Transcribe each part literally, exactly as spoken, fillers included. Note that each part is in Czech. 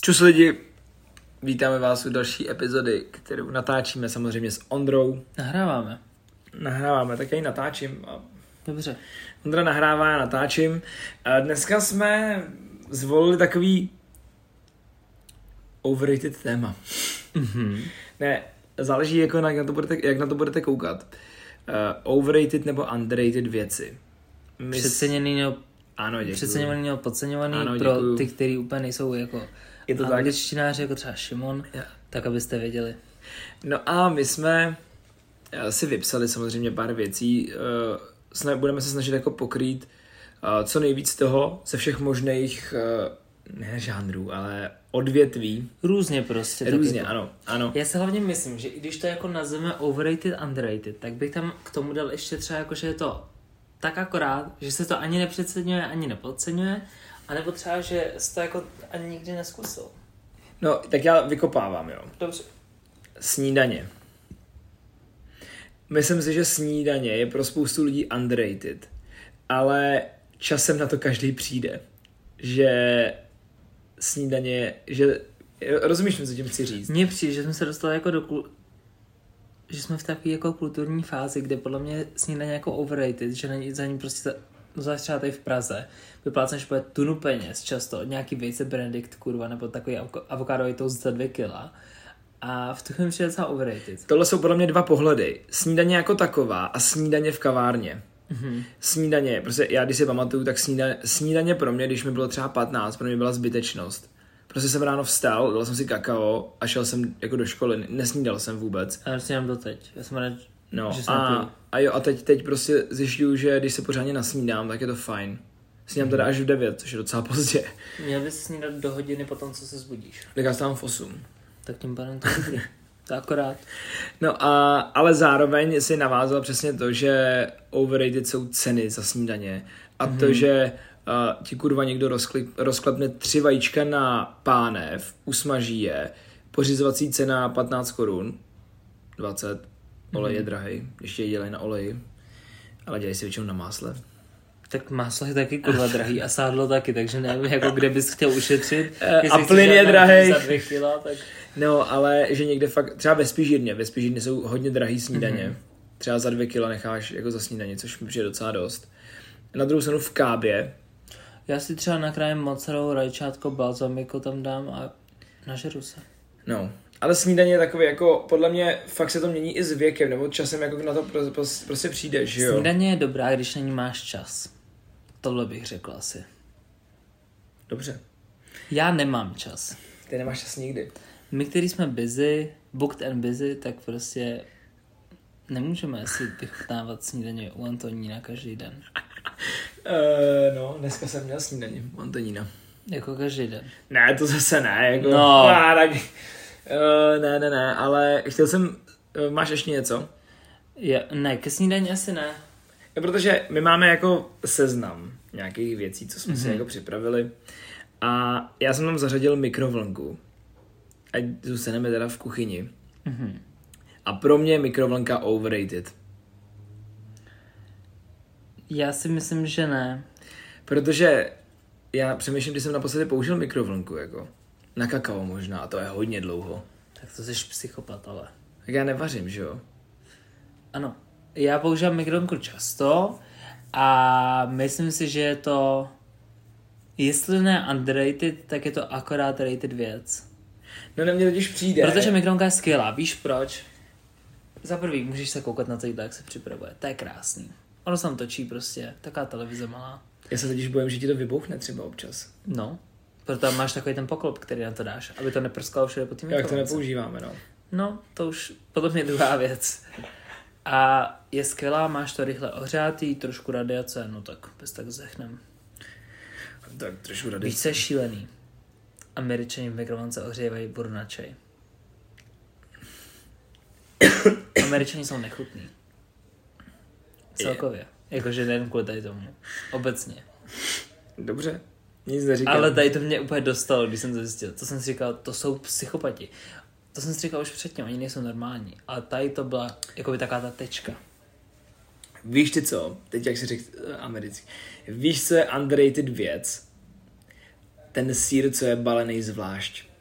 Čus lidi, vítáme vás u další epizody, kterou natáčíme samozřejmě s Ondrou. Nahráváme. Nahráváme, tak já ji natáčím. A Dobře. Ondra nahrává, já natáčím. A dneska jsme zvolili takový overrated téma. Mm-hmm. Ne, záleží, jako jak, na to budete, jak na to budete koukat. Uh, overrated nebo underrated věci. My Přeceněný nebo, ano, přeceňovaný nebo podceňovaný ano, pro ty, kteří úplně nejsou jako je to angličtináři, jako třeba Šimon, yeah. Tak abyste věděli. No a my jsme si vypsali samozřejmě pár věcí. Uh, budeme se snažit jako pokrýt uh, co nejvíc toho ze všech možných uh, ne žánrů, ale odvětví. Různě prostě. Různě, jako. ano, ano. Já si hlavně myslím, že i když to jako nazveme overrated, underrated, tak bych tam k tomu dal ještě třeba jako, že je to tak akorát, že se to ani nepřeceňuje, ani nepodceňuje, anebo třeba, že jsi to jako ani nikdy neskusil. No, tak já vykopávám, jo. Dobře. Snídaně. Myslím si, že snídaně je pro spoustu lidí underrated, ale časem na to každý přijde, že snídaně, že rozumíš mi, co tím chci říct? Mně přijde, že jsme se dostali jako do kul... že jsme v takové jako kulturní fázi, kde podle mě snídaně jako overrated, že není za ní prostě zvlášť třeba tady v Praze vypláceš bude tunu peněz často, nějaký vejce Benedikt, kurva, nebo takový avokádový toast za dvě kila. A v tu chvíli je docela overrated. Tohle jsou podle mě dva pohledy. Snídaně jako taková a snídaně v kavárně. Mm-hmm. Snídaně, prostě já když si pamatuju, tak snídaně, snídaně pro mě, když mi bylo třeba patnáct, pro mě byla zbytečnost. Prostě jsem ráno vstal, dal jsem si kakao a šel jsem jako do školy, nesnídal jsem vůbec. Ale snídám doteď, já jsem rád, no, že jsem a, a jo, a teď, teď prostě zjišťuju, že když se pořádně nasnídám, tak je to fajn. Snídám teda až v devět, což je docela pozdě. Měl bys snídat do hodiny potom, co se zbudíš. Tak já stávám v osm. Tak tím pádem to je dobrý. To akorát. No a, ale zároveň si navázal přesně to, že overrated jsou ceny za snídaně. A mm-hmm. to, že uh, ti kurva někdo rozklip, rozklepne tři vajíčka na pánev, usmaží je, pořizovací cena patnáct korun, dvacet, olej mm-hmm. je drahej, ještě je dělají na oleji, ale dělají si většinou na másle. Tak máslo je taky kurva drahý a sádlo taky, takže nevím, jako kde bys chtěl ušetřit. A plyn je drahej. Za dvě kila, tak... No, ale že někde fakt, třeba ve Spižírně, ve Spižírně jsou hodně drahý snídaně. Mm-hmm. Třeba za dvě kila necháš jako za snídaně, což mi přijde docela dost. Na druhou stranu v Kábě. Já si třeba nakrájím mozzarellu, rajčátko, balzamiku tam dám a nažeru se. No, ale snídaně je takový jako, podle mě fakt se to mění i s věkem, nebo časem jako na to pro, pro, prostě přijdeš, že jo? Snídaně je dobrá, když na ní máš čas. Tohle bych řekl asi. Dobře. Já nemám čas. Ty nemáš čas nikdy. My, kteří jsme busy, booked and busy, tak prostě nemůžeme si vychutnávat snídaně u Antonína každý den. Uh, no, dneska jsem měl snídaně u Antonína. Jako každý den. Ne, to zase ne. Jako, no. Ah, tak, uh, ne, ne, ne, ale chtěl jsem, uh, máš ještě něco? Je, ne, ke snídaní asi ne. Je, protože my máme jako seznam nějakých věcí, co jsme mm-hmm. si jako připravili. A já jsem tam zařadil mikrovlnku. Ať zůstaneme teda v kuchyni. Mm-hmm. A pro mě je mikrovlnka overrated. Já si myslím, že ne. Protože já přemýšlím, když jsem naposledy použil mikrovlnku, jako na kakao možná, a to je hodně dlouho. Tak to jsi psychopat, ale. Tak já nevařím, že jo? Ano. Já používám mikrovlnku často a myslím si, že je to, jestli ne underrated, tak je to akorát rated věc. No na mě totiž přijde. Protože mikrovlnka je skvělá, víš proč? Za prvý můžeš se koukat na to jídlo, jak se připravuje, to je krásný. Ono se tam točí prostě, taková televize malá. Já se totiž bojím, že ti to vybouchne třeba občas. No, proto máš takový ten poklop, který na to dáš, aby to neprskalo všude po tím mikrovlnce. Jak to nepoužíváme, no. No, to už potom je druhá věc. A je skvělá, máš to rychle ohřátý, trošku radiace, no tak bez tak zechnem. Tak trošku radiace. Víš, co je šílený? Američani v mikrovlnce ohřívají vodu na čaj. Američani jsou nechutný. Celkově. Jakože nejen kvůli tady tomu. Obecně. Dobře. Nic neříkám. Ale tady to mě úplně dostalo, když jsem to zjistil. To jsem si říkal, to jsou psychopati. To jsem si říkal už předtím, oni nejsou normální. Ale tady to byla jako by taková ta tečka. Víš ty co? Teď jak jsi řekl uh, americký. Víš, co je underrated věc? Ten sýr, co je balený zvlášť.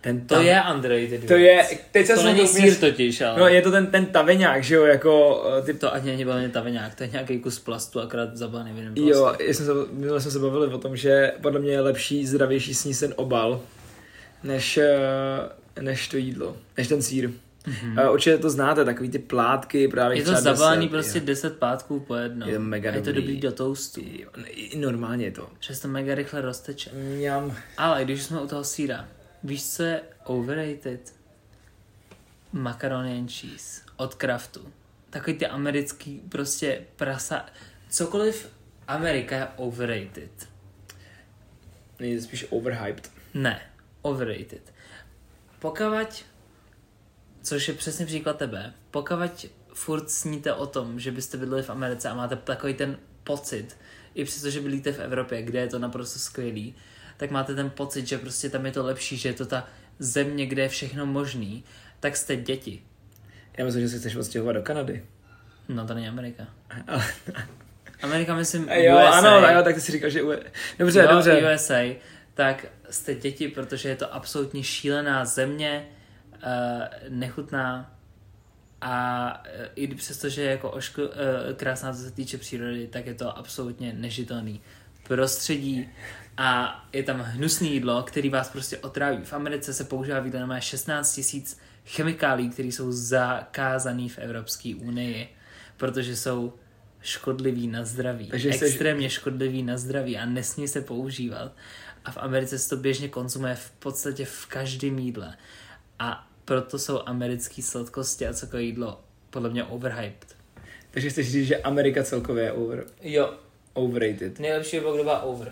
Ten To tam, je underrated to věc. je, teď se To jsem není úplně- sír totiž, ale... No je to ten, ten taveňák, že jo, jako ty... To ani není bavně taveňák, to je nějaký kus plastu, akorát zabaný v jiném Jo, plastu. já jsem se, minule jsme se bavili o tom, že podle mě je lepší, zdravější sníst ten obal, než, eh, než to jídlo, než ten sýr. Mm-hmm. Určitě to znáte, takový ty plátky právě Je to třeba zabalený deset, prostě jo. deset pátků po jedno. Je to mega A je to dobrý. dobrý do toastu. Jo, i normálně je to. Přesto mega rychle rozteče. Mňam. Ale když jsme u toho síra, víš, co je overrated? Macaroni and cheese od Kraftu. Takový ty americký prostě prasa... Cokoliv Amerika je overrated. Je spíš overhyped. Ne, overrated. Pokavať, což je přesně příklad tebe, pokavať furt sníte o tom, že byste bydleli v Americe a máte takový ten pocit, i přesto, že bydlíte v Evropě, kde je to naprosto skvělý, tak máte ten pocit, že prostě tam je to lepší, že je to ta země, kde je všechno možný, tak jste děti. Já myslím, že se chceš odstěhovat do Kanady. No to není Amerika. Ale... Amerika myslím Jo, U S A. ano, jo, tak ty si říkal, že... U... Dobře, jo, dobře. U S A, tak jste děti, protože je to absolutně šílená země, uh, nechutná a uh, i přesto, že je jako oško, uh, krásná, co se týče přírody, tak je to absolutně nežitelný prostředí a je tam hnusný jídlo, který vás prostě otráví. V Americe se používá výdle na šestnáct tisíc chemikálí, které jsou zakázané v Evropské unii, protože jsou škodlivý na zdraví. Takže Extrémně jsi... škodlivý na zdraví a nesmí se používat. A v Americe se to běžně konzumuje v podstatě v každém jídle. A proto jsou americké sladkosti a cokoliv jídlo podle mě overhyped. Takže chceš říct, že Amerika celkově je over, Jo. overrated. Nejlepší je, kdo byla over.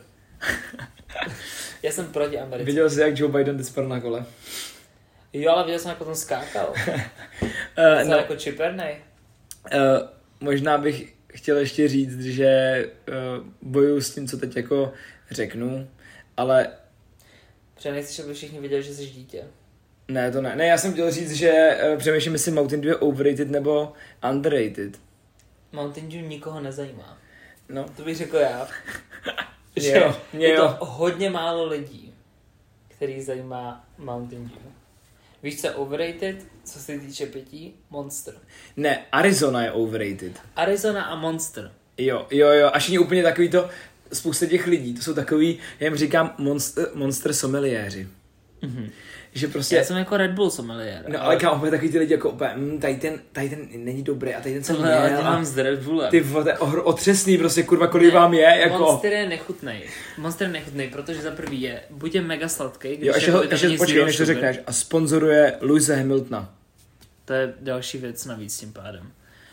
Já jsem proti Americe. Viděl jsi, jak Joe Biden teď spadl na kole? Jo, ale viděl jsem, jak potom skákal. uh, To no, jako čipernej. uh, možná bych chtěl ještě říct, že uh, bojuju s tím, co teď jako řeknu, ale Protože nechceš, aby všichni viděli, že jsi dítě. ne, to ne. Ne, já jsem chtěl říct, že uh, přemýšlím, jestli Mountain Dew je overrated nebo underrated. Mountain Dew nikoho nezajímá. No. To bych řekl já. Že Jo, mě je jo. to hodně málo lidí, který zajímá Mountain Dew. Víš, co je overrated, co se týče pití? Monster. Ne, Arizona je overrated. Arizona a Monster. Jo, jo, jo, až není úplně takový to, spousta těch lidí, to jsou takový, já jim říkám monster, monster sommeliéři. Mhm. Že prostě... Já jsem jako Red Bull sommelier. No ale kámo, takový ty lidi jako úplně, mm, tady, ten, tady ten není dobrý a tady ten jsem Tohle já měl a dělám s Red Bullem. ty vole, to je ohr- otřesný prostě, kurva, kolik vám je, jako... Monster je nechutnej. Monster je nechutnej, protože za prvý je, buď je mega sladký, když Jo, ještě, jako ho, tam ještě není počkej, zero než to sugar. řekneš. A sponzoruje Lewise Hamiltona. To je další věc navíc tím pádem. Uh,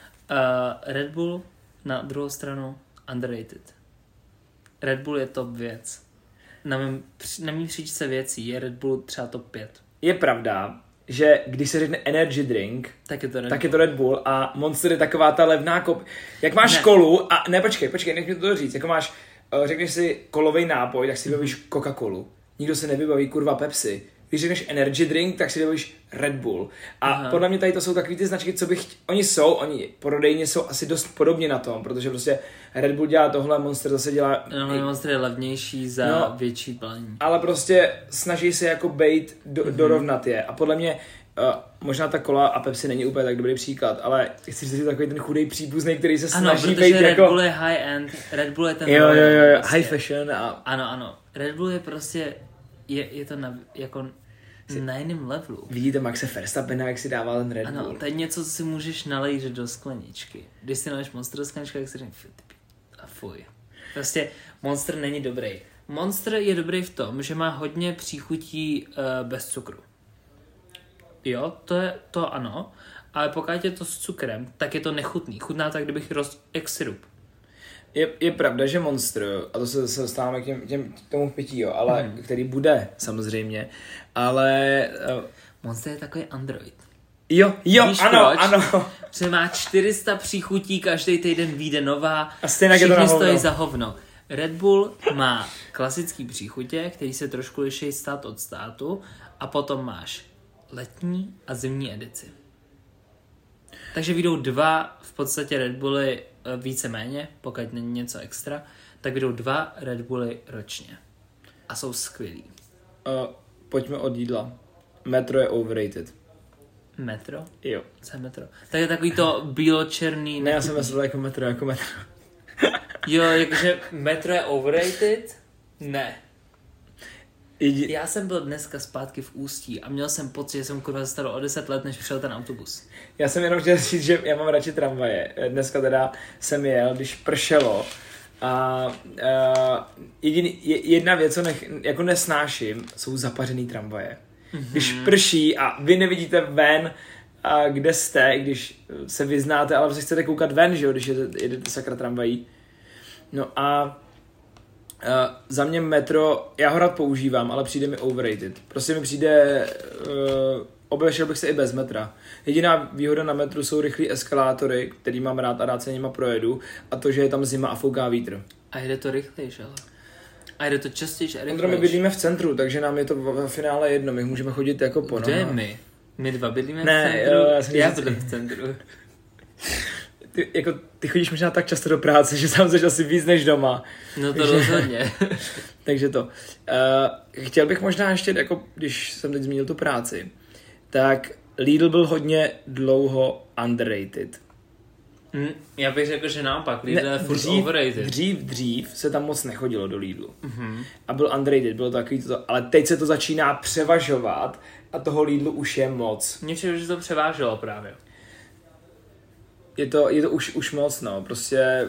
Red Bull na druhou stranu underrated. Red Bull je top věc. Na mém, na mým příčce věcí je Red Bull třeba top pět. Je pravda, že když se řekne energy drink, Tak je to Red tak Bull. je to Red Bull a Monster je taková ta levná kop... Jak máš Ne. kolu a... Ne, počkej, počkej, nech mi to říct. Jako máš, uh, řekneš si kolovej nápoj, tak si vybavíš Coca-Colu. Nikdo se nevybaví kurva Pepsi. Když řekneš energy drink, tak si vybavíš Red Bull. A Aha. podle mě tady to jsou takový ty značky, co bych... Oni jsou, oni prodejně jsou asi dost podobně na tom, protože prostě Red Bull dělá tohle, Monster zase dělá... No, ale Monster je levnější za No. větší balení. Ale prostě snaží se jako bejt, do, mm-hmm. dorovnat je. A podle mě uh, možná ta kola a Pepsi není úplně tak dobrý příklad, ale chci říct, že takový ten chudej příbuzný, který se Ano, snaží protože bejt Red jako... Bull je high-end, Red Bull je ten... Jo, jo, jo, jo, prostě. high fashion a... Ano, ano. Red Bull je prostě, je, je to na, jako na jiném levelu. Vidíte Maxe Verstappena, jak si dával ten Red Ano, Bull. to je něco, co si můžeš nalejt do skleničky. Když si naleješ Monster do skleničky, tak si řekne a fuj. Prostě Monster není dobrý. Monster je dobrý v tom, že má hodně příchutí uh, bez cukru. Jo, to je to ano, ale pokud je to s cukrem, tak je to nechutný. Chutná tak, kdybych rost jak syrup. Je, je pravda, že Monster, a to se zase dostáváme k těm, těm, k tomu pití, jo, ale, hmm. který bude samozřejmě, ale... Uh, Monster je takový android. jo, jo, Víš ano, proč? ano. Protože má čtyři sta příchutí, každý týden vyjde nová, A stejně je to na všichni hovno. stojí za hovno. Red Bull má klasický příchutě, který se trošku liší stát od státu, a potom máš letní a zimní edici. Takže vyjdou dva v podstatě Red Bully e, víceméně, pokud není něco extra, tak vyjdou dva Red Bully ročně. A jsou skvělí. Uh, pojďme od jídla. Metro je overrated. Metro? Jo. Co je metro? Tak je takový to bíločerný... Ne, já jsem myslel jako metro, jako metro. Jo, jakože metro je overrated? Ne. Jdi... Já jsem byl dneska zpátky v Ústí a měl jsem pocit, že jsem kurva zastarl o deset let, než přišel ten autobus. Já jsem jenom chtěl říct, že já mám radši tramvaje. Dneska teda jsem jel, když pršelo. A uh, jediný, jedna věc, co nech, jako nesnáším, jsou zapařený tramvaje. Mm-hmm. Když prší a vy nevidíte ven, a kde jste, když se vyznáte, ale prostě chcete koukat ven, že jo, když jedete, jedete sakra tramvají. No a uh, za mě metro, já ho rád používám, ale přijde mi overrated. Prostě mi přijde, uh, obešel bych se i bez metra. Jediná výhoda na metru jsou rychlý eskalátory, který mám rád a rád se nima projedu, a to, že je tam zima a fouká vítr. A jde to rychlejš, ale. A jde to častěji a rychlejš. Ondro, my bydlíme v centru, takže nám je to v finále jedno, my můžeme chodit jako po Kde nohách. my? My dva bydlíme ne, v centru? Jo, já, já bydlím v centru. Ty, jako, ty chodíš možná tak často do práce, že tam jsi asi víc než doma. No to rozhodně. Takže to. Uh, chtěl bych možná ještě, jako, když jsem teď zmínil tu práci, tak Lidl byl hodně dlouho underrated. Mm, já bych řekl, že naopak, Lidl je furt dřív, overrated. Dřív, dřív se tam moc nechodilo do Lidlu. Mm-hmm. A byl underrated, bylo takový to, ale teď se to začíná převažovat a toho Lidlu už je moc. Mně přijde, že to převáželo právě. Je to, je to už, už moc, no, prostě...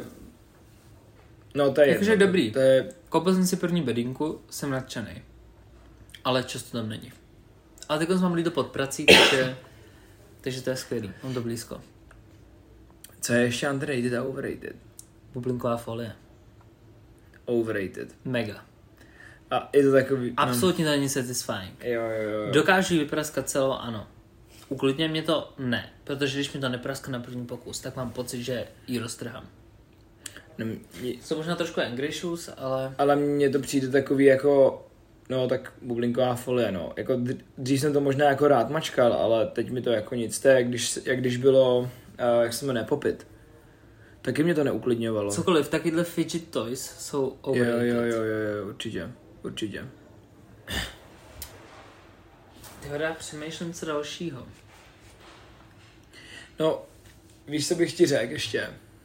No, to je Jakože jedno, dobrý. To je... Koupil jsem si první bedinku, jsem nadšenej. Ale často tam není. Ale teď mám Lidl pod prací, takže, takže to je skvělý. Mám to blízko. Co je ještě underrated a overrated? Bublinková folie. Overrated. Mega. A je to takový... Absolutně to není satisfying. Jo, jo, jo. Dokážu ji vypraskat celou, ano. Uklidně mě to ne, protože když mi to nepraska na první pokus, tak mám pocit, že ji roztrhám. No, mě... Jsou možná trošku angry issues, ale... Ale mně to přijde takový jako... No tak bublinková folie, no. Jako dřív jsem to možná jako rád mačkal, ale teď mi to jako nic. To je, jak když, jak když bylo, uh, jak se jmenuje, Popit. Taky mě to neuklidňovalo. Cokoliv, takovýhle fidget toys jsou overrated. Jo, jo, jo, jo, jo, určitě, určitě. Tyhle, já přemýšlím co dalšího. No, víš, co bych ti řekl ještě?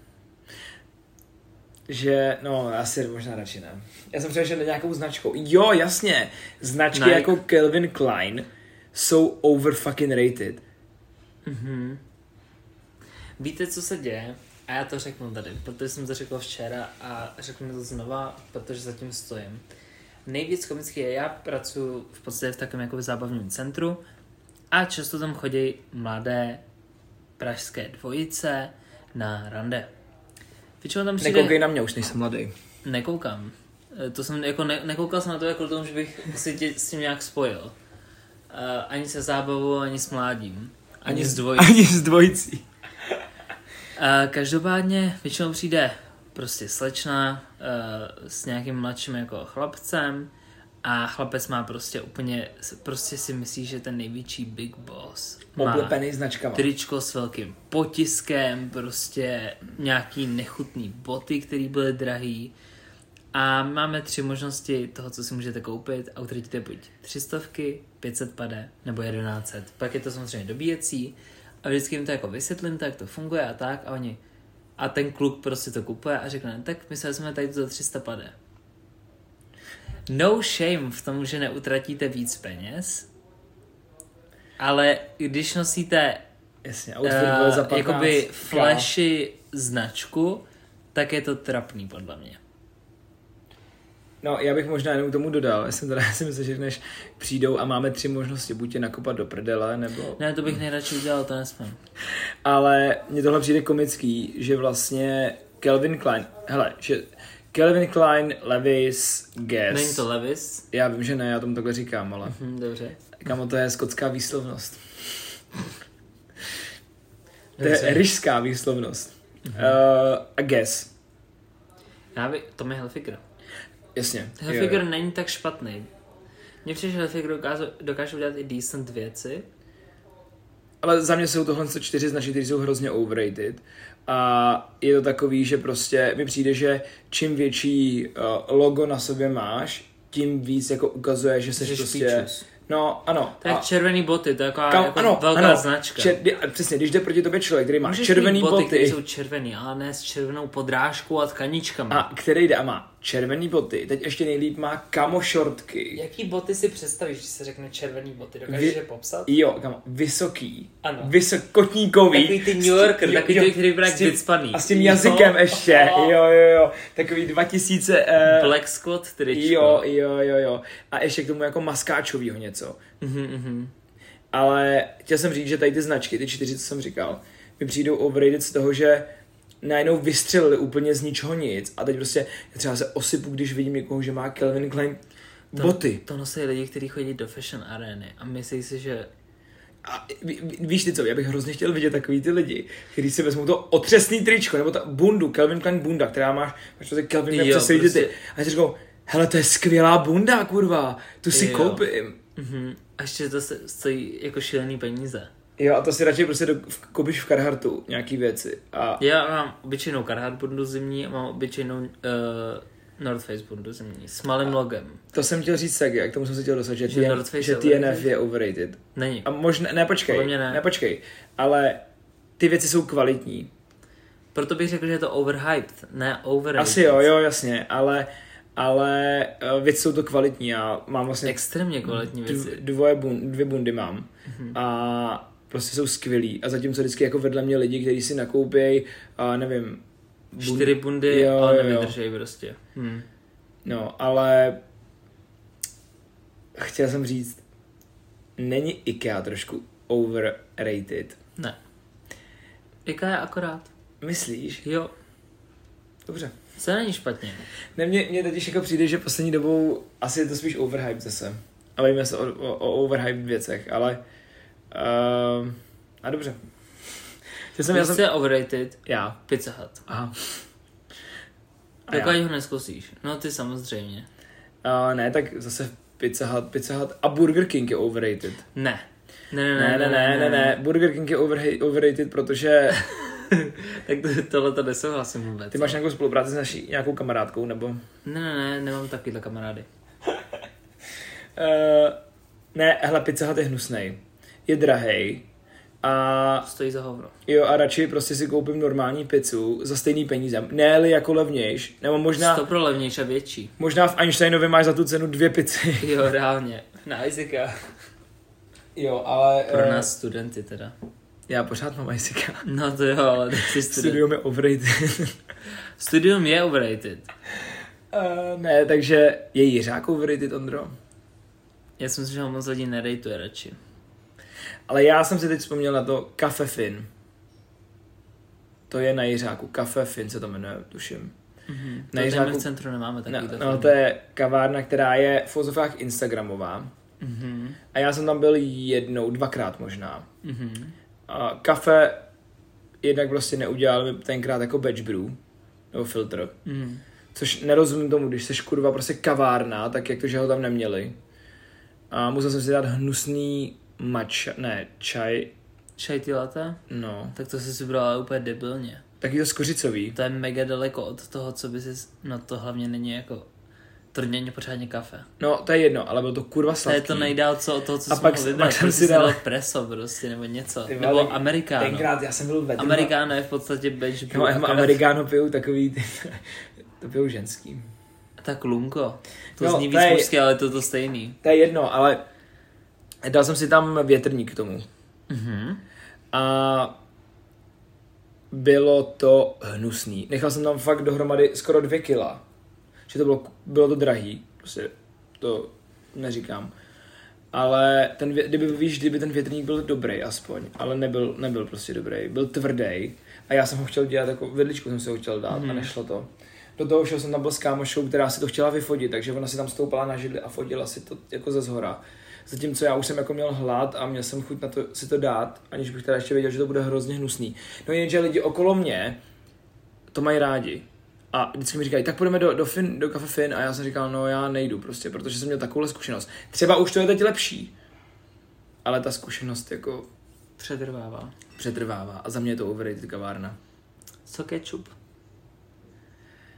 Že, no, asi možná radši ne. Já jsem přemýšlel na nějakou značkou. Jo, jasně, značky Nike. jako Calvin Klein jsou over fucking rated. Mhm. Víte, co se děje? A já to řeknu tady, protože jsem to řekl včera a řeknu to znova, protože zatím stojím. Nejvíc komický je, já pracuji v podstatě v takovém jako zábavním centru a často tam chodí mladé pražské dvojice na rande. Většinou tam přijde... Nekoukej na mě, už nejsem mladý. Nekoukám. To jsem, jako ne, nekoukal jsem na to jako tomu, že bych si tě s tím nějak spojil. Uh, ani se zábavou, ani s mládím. Ani, ani s dvojicí. Ani s dvojicí. Uh, každopádně většinou přijde prostě slečna uh, s nějakým mladším jako chlapcem a chlapec má prostě úplně, prostě si myslí, že ten největší big boss. Oblepený značkama. Tričko s velkým potiskem, prostě nějaký nechutný boty, které byly drahý. A máme tři možnosti toho, co si můžete koupit. A utratíte buď tři stovky, pět set pade, nebo jedenáct set. Pak je to samozřejmě dobíjecí. A vždycky jim to jako vysvětlím, tak to funguje a tak. A oni, a ten kluk prostě to kupuje a řekne, tak my se vezmeme tady to za tři sta pade. No shame v tom, že neutratíte víc peněz, ale když nosíte Jasně, uh, za jakoby flashy značku, tak je to trapný podle mě. No, já bych možná jenom k tomu dodal, já jsem teda, já si myslím, že řekneš, přijdou a máme tři možnosti, buď tě nakopat do prdele, nebo... Ne, to bych nejradši udělal, to nesmím. Ale mně tohle přijde komický, že vlastně Calvin Klein, hele, že Calvin Klein, Levi's, Guess... Není to Levi's? Já vím, že ne, já tomu takhle říkám, ale... Mhm, dobře. Kamo, to je skotská výslovnost. To je ryšská výslovnost. Mhm. Uh, a Guess. Já by, to mi Hilfiger. Jasně. Hilfiger není tak špatný. Mně přijde, že Hilfiger dokáže, dokáže udělat i decent věci. Ale za mě jsou tohle čtyři značky, které jsou hrozně overrated. A je to takový, že prostě mi přijde, že čím větší uh, logo na sobě máš, tím víc jako ukazuje, že jsi Jsi prostě... špičus. No, ano. To je a... červený boty, to je taková Kam, jako ano, velká ano. značka. Čer... Přesně, když jde proti tobě člověk, který má Můžeš červený mít boty, boty. které jsou červený, ale ne s červenou podrážkou a tkaničkami. A který jde a má červený boty, teď ještě nejlíp má kamo šortky. Jaký boty si představíš, když se řekne červený boty? Dokážeš Vy... je popsat? Jo, kamo, vysoký. Ano. Vysokotníkový. Takový ty New Yorker, jo, takový jo, ty, který byl jak s tím- vycpaný. A s tím jazykem Jo. ještě, Oh. jo, jo, jo. Takový dva tisíce... Uh... Black Squad tričko. Jo, jo, jo, jo. A ještě k tomu jako maskáčovýho něco. Mhm, mhm. Ale chtěl jsem říct, že tady ty značky, ty čtyři, co jsem říkal, mi přijdou overrated z toho, že najednou vystřelili úplně z ničeho nic a teď prostě já třeba se osypu, když vidím někoho, že má Calvin Klein To, boty. to nosí lidi, kteří chodí do fashion arény a myslí si, že A ví, ví- víš ty co, já bych hrozně chtěl vidět takový ty lidi, kteří si vezmou to otřesný tričko, nebo ta bundu, Calvin Klein bunda, která máš, máš to Calvin Klein Jo, přesně prostě- ty. A si říkou, hele, to je skvělá bunda, kurva, tu si Jo. koupím. mhm. A ještě to se- stojí jako šílený peníze. Jo, a to si radši prostě do, v, koupíš v Carharttu nějaký věci. A Já mám obyčejnou Carhartt bundu zimní a mám obyčejnou uh, North Face bundu zimní s malým logem. to jsem chtěl říct taky, jak tomu jsem se chtěl dostat, že, Že T N, North Face že je T N F overrated? je overrated. Není. A možná, ne počkej, Podle mě ne. ne počkej, ale ty věci jsou kvalitní. Proto bych řekl, že je to overhyped, ne overrated. Asi jo, jo, jasně, ale, ale eh, věci jsou to kvalitní a mám vlastně Extrémně kvalitní věci. dv, dvoje bun, dvě bundy mám Mhm. a prostě jsou skvělý. A zatímco vždycky jako vedle mě lidi, kteří si nakoupějí, a nevím, bun- Čtyři bundy, Jo, ale jo, jo. nevydržej prostě. Hm. No, ale chtěl jsem říct, není IKEA trošku overrated? Ne. Jaká je akorát? Myslíš? Jo, Dobře. co není špatně. Ne, mně, mně totiž jako přijde, že poslední dobou asi je to spíš overhype zase. A bavíme se o, o, o overhype věcech, ale uh, a dobře. Chtěl jsem, já Víš, jsem, co je overrated? já. Pizza Hut. Aha. A Dokud já. ho neskusíš. No ty samozřejmě. Uh, ne, tak zase Pizza Hut, Pizza Hut a Burger King je overrated. Ne. Ne, ne, Ne, ne, ne, ne, ne. Burger King je overha- overrated, protože Tak to, tohle to nesouhlasím vůbec. ty máš nějakou spolupráci s naší nějakou kamarádkou, nebo... Uh, Ne, ne, ne, nemám takovýhle kamarády. ne, hele, Pizza Hut je hnusnej. Je drahej. A Stojí za hovno. jo, a radši prostě si koupím normální pizzu za stejný peníze. Ne-li jako levnějš, nebo možná, Sto pro levnější a větší. možná v Einsteinově máš za tu cenu dvě pizzy. Jo, reálně. Na Isaaca. Jo, ale... Pro eh, nás studenty teda. Já pořád mám Isaaca. No to jo, ale ty jsi student. Studium je overrated. Studium je overrated. uh, ne, takže je Jiřák overrated, Ondro. Já si myslím, že ho moc lidí nerejtuje radši. Ale já jsem si teď vzpomněl na to Cafe Fin. To je na Jiřáku. Cafe Fin se to jmenuje, tuším. Mm-hmm. Na To Jiřáku- tady v centru nemáme No, takový no, to je kavárna, která je v ozovkách instagramová. Mm-hmm. A já jsem tam byl jednou, dvakrát možná. Mm-hmm. A kafe jednak prostě neudělal mi tenkrát jako batch brew, nebo filtr. Mm. Což nerozumím tomu, když seš kurva prostě kavárna, tak jak to, že ho tam neměli. A musel jsem si dát hnusný matcha, ne, čaj, Šajty latte? no, Tak to jsi si brala úplně debilně. taky to skořicový. To je mega daleko od toho, co by si... No to hlavně není jako... To není pořádně kafe. No, to je jedno, ale byl to kurva To sladký. je to nejdál co od toho, co A jsi pak mohl s- vybrat. pak jsem Prostě si si dal- dal preso prostě, nebo něco. Ty Nebo vole, americano. Tenkrát já jsem byl ve Americano je v podstatě batch brew. No, akorát- amerikáno pijou takový, ty, to pijou ženský. Tak lunko. To No, zní to víc je- mužské, ale to to stejný. To je jedno, ale dal jsem si tam větrník k tomu. Mhm. A bylo to hnusný. Nechal jsem tam fakt dohromady skoro dvě kila. Že to bylo, bylo to drahý. Prostě to neříkám. Ale ten, vě- kdyby, víš, kdyby ten větrník byl dobrý aspoň, ale nebyl, nebyl prostě dobrý. Byl tvrdý. A já jsem ho chtěl dělat, jako vidličku jsem si ho chtěl dát Mhm. a nešlo to. Do toho šel jsem tam byl s kámoškou, která si to chtěla vyfotit, takže ona si tam stoupala na židli a fotila si to jako ze zhora. Zatímco já už jsem jako měl hlad a měl jsem chuť na to si to dát, aniž bych teda ještě věděl, že to bude hrozně hnusný. No jenže lidi okolo mě to mají rádi. A vždycky mi říkají, tak půjdeme do, do, fin, do Cafe Fin a já jsem říkal, no já nejdu prostě, protože jsem měl takovou zkušenost. Třeba už to je teď lepší, ale ta zkušenost jako Přetrvává. přetrvává a za mě je to overrated kavárna. Co ketchup?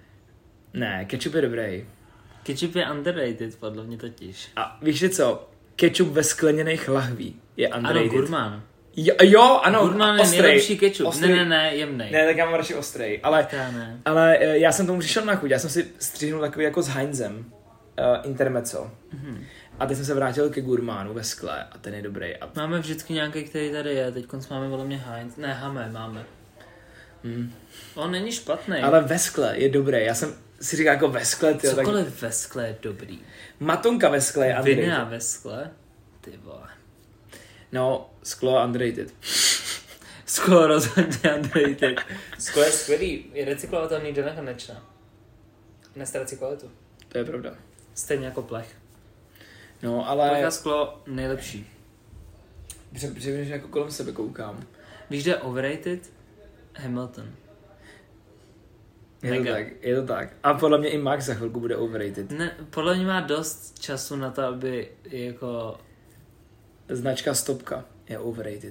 Ne, ketchup je dobrý. Ketchup je underrated, podle mě totiž. A víš si co? ketchup ve skleněných lahví je underrated. Ano, Gurmán. Jo, jo ano, Gurmán je ostrej. nejlepší ketchup. Ostrej. Ne, ne, ne, jemnej. Ne, tak já mám radši ostrej, ale, Já ne. ale eh, já jsem tomu přišel na chuť, já jsem si stříhnul takový jako s Heinzem, uh, intermezzo. Mhm. A teď jsem se vrátil ke Gurmánu ve skle a ten je dobrý. A... Máme vždycky nějaký, který tady je. Teď máme podle mě Heinz. Ne, Hamé máme. Hmm. On není špatný. Ale ve skle je dobrý, já jsem si říkal jako ve skle, tyjo, tak Cokoliv ve skle je dobrý. matonka ve skle je underrated. Vinea ve skle? Ty vole. No, sklo underrated. Sklo rozhodně underrated. Sklo je skvělý. Je recyklovatelný do nekonečna. Nestratí kvalitu. To je pravda. Stejně jako plech. No, ale... Plech a sklo nejlepší. Přemýšlím, jako kolem sebe koukám. Víš, kde je overrated? Hamilton. Je to Mega. tak, je to tak. A podle mě i Max za chvilku bude overrated. Ne, podle mě má dost času na to, aby jako... Značka Stopka je overrated.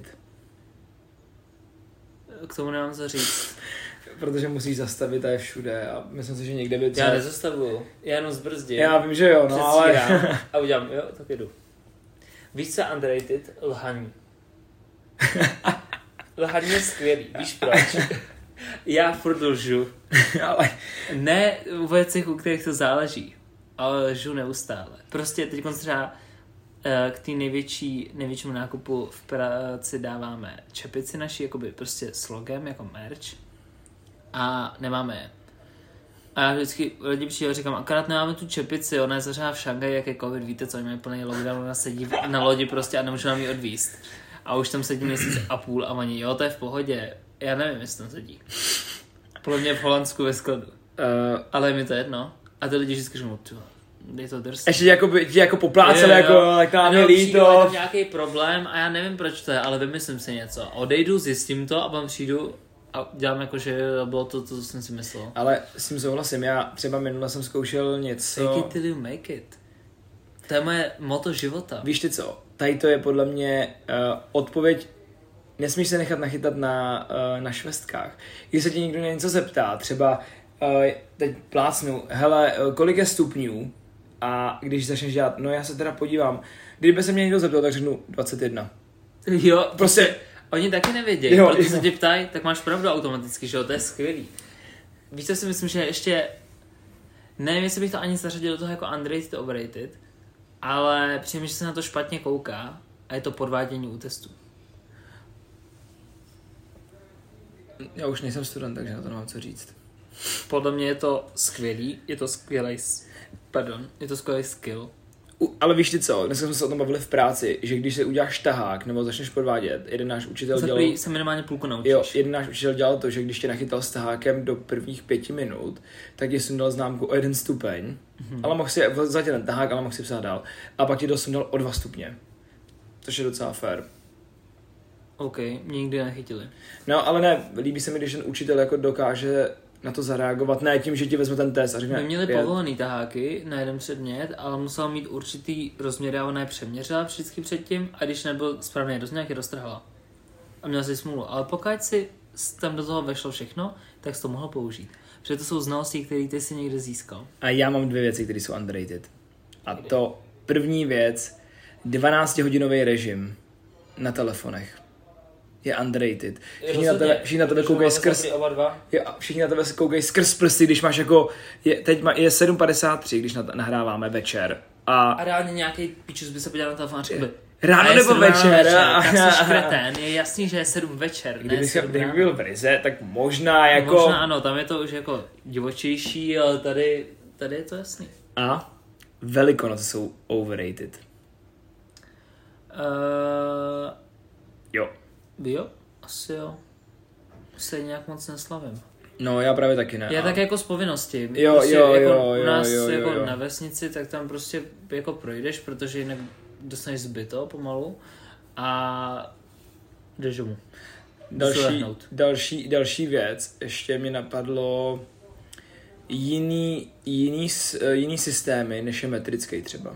K tomu nemám co říct. Protože musíš zastavit a je všude a myslím si, že někde by třeba... Já nezastavuju, já jenom zbrzdím. Já vím, že jo, no ale... A udělám, jo, tak jdu. Víš co je underrated? Lhaní. Lhaní je skvělý, víš proč? Já furt lžu. ale... Ne u věcech, u kterých to záleží, ale lžu neustále. Prostě teď třeba eh, k té největší, největšímu nákupu v práci dáváme čepici naší, jakoby prostě s logem, jako merch. A nemáme je. A já vždycky lidi přijde a říkám, akorát nemáme tu čepici, ona je zařádá v Šangaji, jak je covid, víte co, oni mají plný lockdown, ona sedí na lodi prostě a nemůžu nám ji odvízt. A už tam sedí měsíc a půl a oni, jo, to je v pohodě. Já nevím, jestli tam sedí. Podle mě v Holandsku ve skladu. Uh, Ale je mi to jedno. A ty lidi vždycky říkají, dej to drsný. Ještě jako, by, jako popláceli, jako, tak nám je líto. Je nějaký problém a já nevím, proč to je, ale vymyslím si něco. Odejdu, zjistím to a potom přijdu a dělám jako, že bylo to, to co jsem si myslel. Ale s tím souhlasím, já třeba minule jsem zkoušel něco... Fake it till you make it. To je moje motto života. Víš ty co, tady to je podle mě uh, odpověď, nesmíš se nechat nachytat na, uh, na švestkách. Když se tě někdo na něco zeptá, třeba uh, teď plácnu, hele, uh, kolik je stupňů? A když začneš dělat, no já se teda podívám, kdyby se mě někdo zeptal, tak řeknu dvacet jedna. Jo, Prostě... Oni taky nevědějí, jo, protože jo. se tě ptají, tak máš pravdu automaticky, že jo, to je skvělý. Víš, co si myslím, že ještě, nevím, jestli bych to ani zařadil do toho jako underrated, overrated, ale přijím, že se na to špatně kouká a je to podvádění u testů. Já už nejsem student, takže na to nemám co říct. Podle mě je to skvělý, je to skvělý, pardon, je to skvělý skill. U, ale víš ty co, dneska jsme se o tom bavili v práci, že když se uděláš tahák nebo začneš podvádět, jeden náš učitel dělal... Zaprý se minimálně půlku naučíš. Jo, jeden náš učitel dělal to, že když tě nachytal s tahákem do prvních pěti minut, tak ti sundal známku o jeden stupeň, mm-hmm. ale mohl si vzat ten tahák, ale mohl si psát dál. A pak ti to sundal o dva stupně. Což je docela fair. OK, mě nikdy nechytili. No, ale ne, líbí se mi, když ten učitel jako dokáže na to zareagovat, ne tím, že ti vezme ten test a řekne... My měli je... povolený taháky na jeden předmět, ale musel mít určitý rozměr a ona je přeměřila vždycky předtím a když nebyl správný rozměr, je roztrhala. A měl si smůlu. Ale pokud si tam do toho vešlo všechno, tak jsi to mohl použít. Protože to jsou znalosti, které ty si někde získal. A já mám dvě věci, které jsou underrated. A to první věc, dvanáctihodinový režim na telefonech je underrated. Všichni na tebe, všichni na tebe koukají skrz... Jo, všichni na tebe se koukají skrz prsty, když máš jako... Je, teď má, je sedm padesát tři, když nahráváme večer. A, a reálně nějaký pičus by se podíval na telefon a řekl by... Ráno nebo večer. večer tak jsi škretén, je jasný, že je sedm večer. Kdybych kdyby byl v Rize, tak možná jako... No možná ano, tam je to už jako divočejší, ale tady, tady je to jasný. A Velikonoce jsou overrated. Uh, jo. Jo, asi jo. Se nějak moc neslavím. No já právě taky ne. Já tak jako z povinnosti. Jo, prostě jo, jako jo, u nás jo, jo, jako jo. na vesnici, tak tam prostě jako projdeš, protože jinak dostaneš zbyto pomalu a jdeš domů. Další, další, další věc, ještě mi napadlo jiný, jiný, jiný systémy, než je metrický třeba.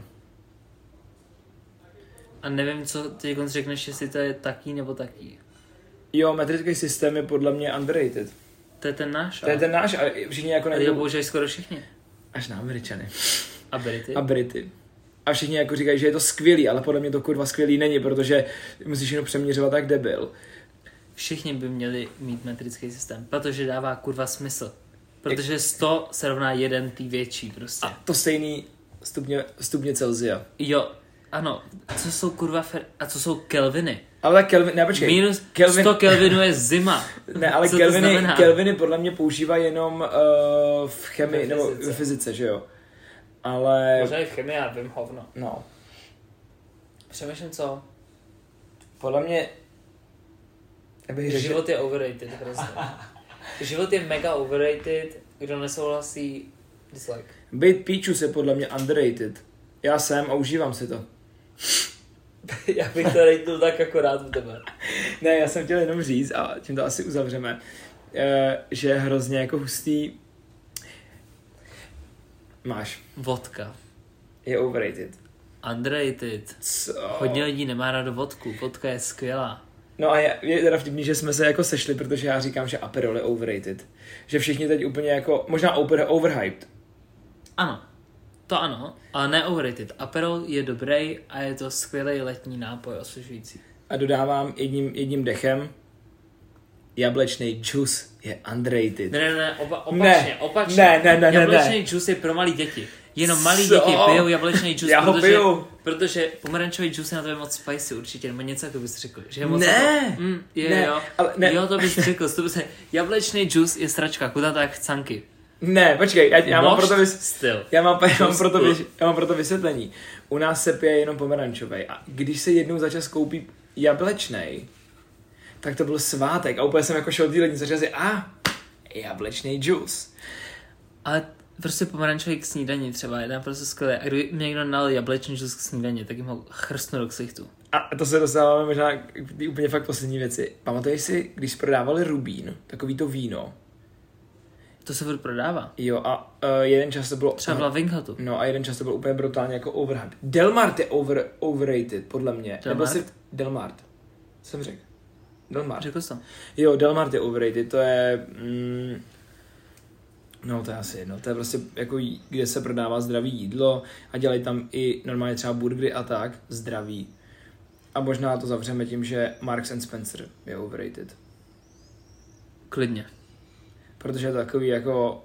A nevím, co ty řekneš, jestli to je taký nebo taký. Jo, metrický systém je podle mě underrated. To je ten náš? To je ten náš, ale všichni jako nejdou... A jo, používají skoro všichni. Až na Američany. A Brity? A Brity. a všichni jako říkají, že je to skvělý, ale podle mě to kurva skvělý není, protože musíš jenom přeměřovat tak debil. Všichni by měli mít metrický systém, protože dává kurva smysl. Protože sto se rovná jeden tý větší prostě. A to stejný stupně, stupně Celsia. Jo, ano. Co jsou kurva fer... A co jsou kelviny? Ale tak Kelvin, ne počkej. Minus Kelvin... sto kelvinů je zima. Ne, ale co Kelviny, Kelviny podle mě používají jenom uh, v chemii, nebo v fyzice, že jo. Ale... Možná i v chemii, já vím hovno. No. Přemýšlím co? Podle mě... Řekl, život je overrated prostě. Život je mega overrated, kdo nesouhlasí, dislike. Být píčus je podle mě underrated. Já jsem a užívám si to. Já bych to rated tak akorát u tebe. Ne, já jsem chtěl jenom říct, a tím to asi uzavřeme, že je hrozně jako hustý. Máš. Vodka. Je overrated. Underrated. Co? Hodně lidí nemá rádo vodku, vodka je skvělá. No a je, je teda vtipný, že jsme se jako sešli, protože já říkám, že Aperol je overrated. Že všichni teď úplně jako, možná over, overhyped. Ano, to ano, ale ne overrated. Aperol je dobrý a je to skvělý letní nápoj osvěžující. A dodávám jedním, jedním dechem, jablečný džus je underrated. Ne, ne, ne, oba, opačně, ne, opačně. Ne, ne, ne, jablečný ne. džus je pro malý děti. Jenom malí Co? děti pijou jablečný džus, Já ho protože, piju. protože pomerančový džus je na to moc spicy určitě, nebo něco, jako bys řekl. Že je moc Ne, jako, mm, je, ne, jo, ale ne. jo, to bys řekl, to bys, jablečný džus je stračka, kudatá jak chcanky. Ne, počkej, já, já mám Most proto vys... styl. Já mám, já, mám Most proto styl. vys... já mám proto vysvětlení. U nás se pije jenom pomerančovej a když se jednou za čas koupí jablečnej, tak to byl svátek a úplně jsem jako šel do lednice a říkal si, a jablečný džus. Ale prostě pomerančový k snídani třeba je prostě skvělé. A kdyby mě někdo nal jablečný džus k snídani, tak jim ho chrstnu do ksichtu. A to se dostáváme možná k té úplně fakt poslední věci. Pamatuješ si, když prodávali Rubín, takový to víno? To se furt prodává. Jo a uh, jeden čas to bylo... Třeba v Lavinghatu. No a jeden čas to byl úplně brutálně jako overhyped. Delmart je over, overrated, podle mě. Delmart? Nebo si... Delmart. Co jsem řekl? Delmart. Řekl jsi to? Jo, Delmart je overrated, to je... Mm, no to je asi jedno, to je prostě jako jí, kde se prodává zdravý jídlo a dělají tam i normálně třeba burgery a tak, zdraví. A možná to zavřeme tím, že Marks and Spencer je overrated. Klidně. Protože je to takový jako...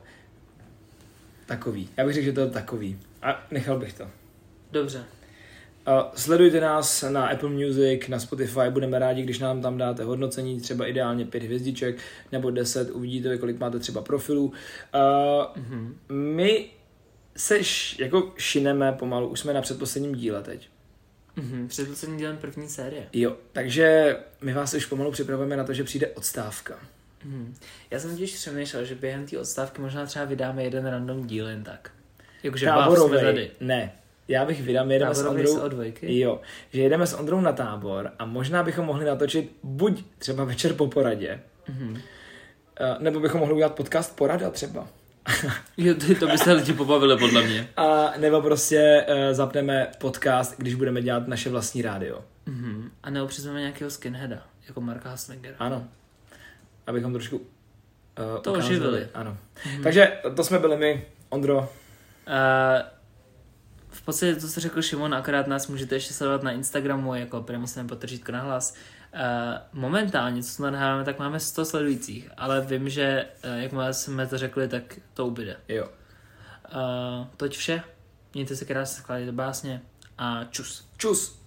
Takový. Já bych řekl, že to je takový. A nechal bych to. Dobře. Uh, sledujte nás na Apple Music, na Spotify, budeme rádi, když nám tam dáte hodnocení, třeba ideálně pět hvězdiček nebo deset, uvidíte, kolik máte třeba profilů. Uh, mm-hmm. My se š, jako šineme pomalu, už jsme na předposledním díle teď. Mm-hmm. Předposlední dílem první série. Jo, takže my vás už pomalu připravujeme na to, že přijde odstávka. Mm-hmm. Já jsem totiž přemýšlel, že během té odstávky možná třeba vydáme jeden random díl jen tak. Jakože bav jsme tady. Ne. Já bych vydal, jedeme s Ondrou, od dvojky? jo, že jedeme s Ondrou na tábor a možná bychom mohli natočit buď třeba večer po poradě, mm-hmm. nebo bychom mohli udělat podcast porada třeba. Jo, to by se lidi pobavili podle mě. A nebo prostě uh, zapneme podcast, když budeme dělat naše vlastní rádio. Mm-hmm. A nebo přizveme nějakého skinheada, jako Marka Haslingera. Ano. Abychom trošku uh, to ukázali. oživili. Ano. Mm-hmm. Takže to jsme byli my, Ondro. Uh, v podstatě to, co řekl Šimon, akorát nás můžete ještě sledovat na Instagramu, jako premyslím potržítko na hlas. Uh, momentálně, co jsme nahráváme, tak máme sto sledujících, ale vím, že uh, jakmile jsme to řekli, tak to ubyde. Jo. Uh, toť vše. Mějte se krásně, skládejte básně a čus. Čus.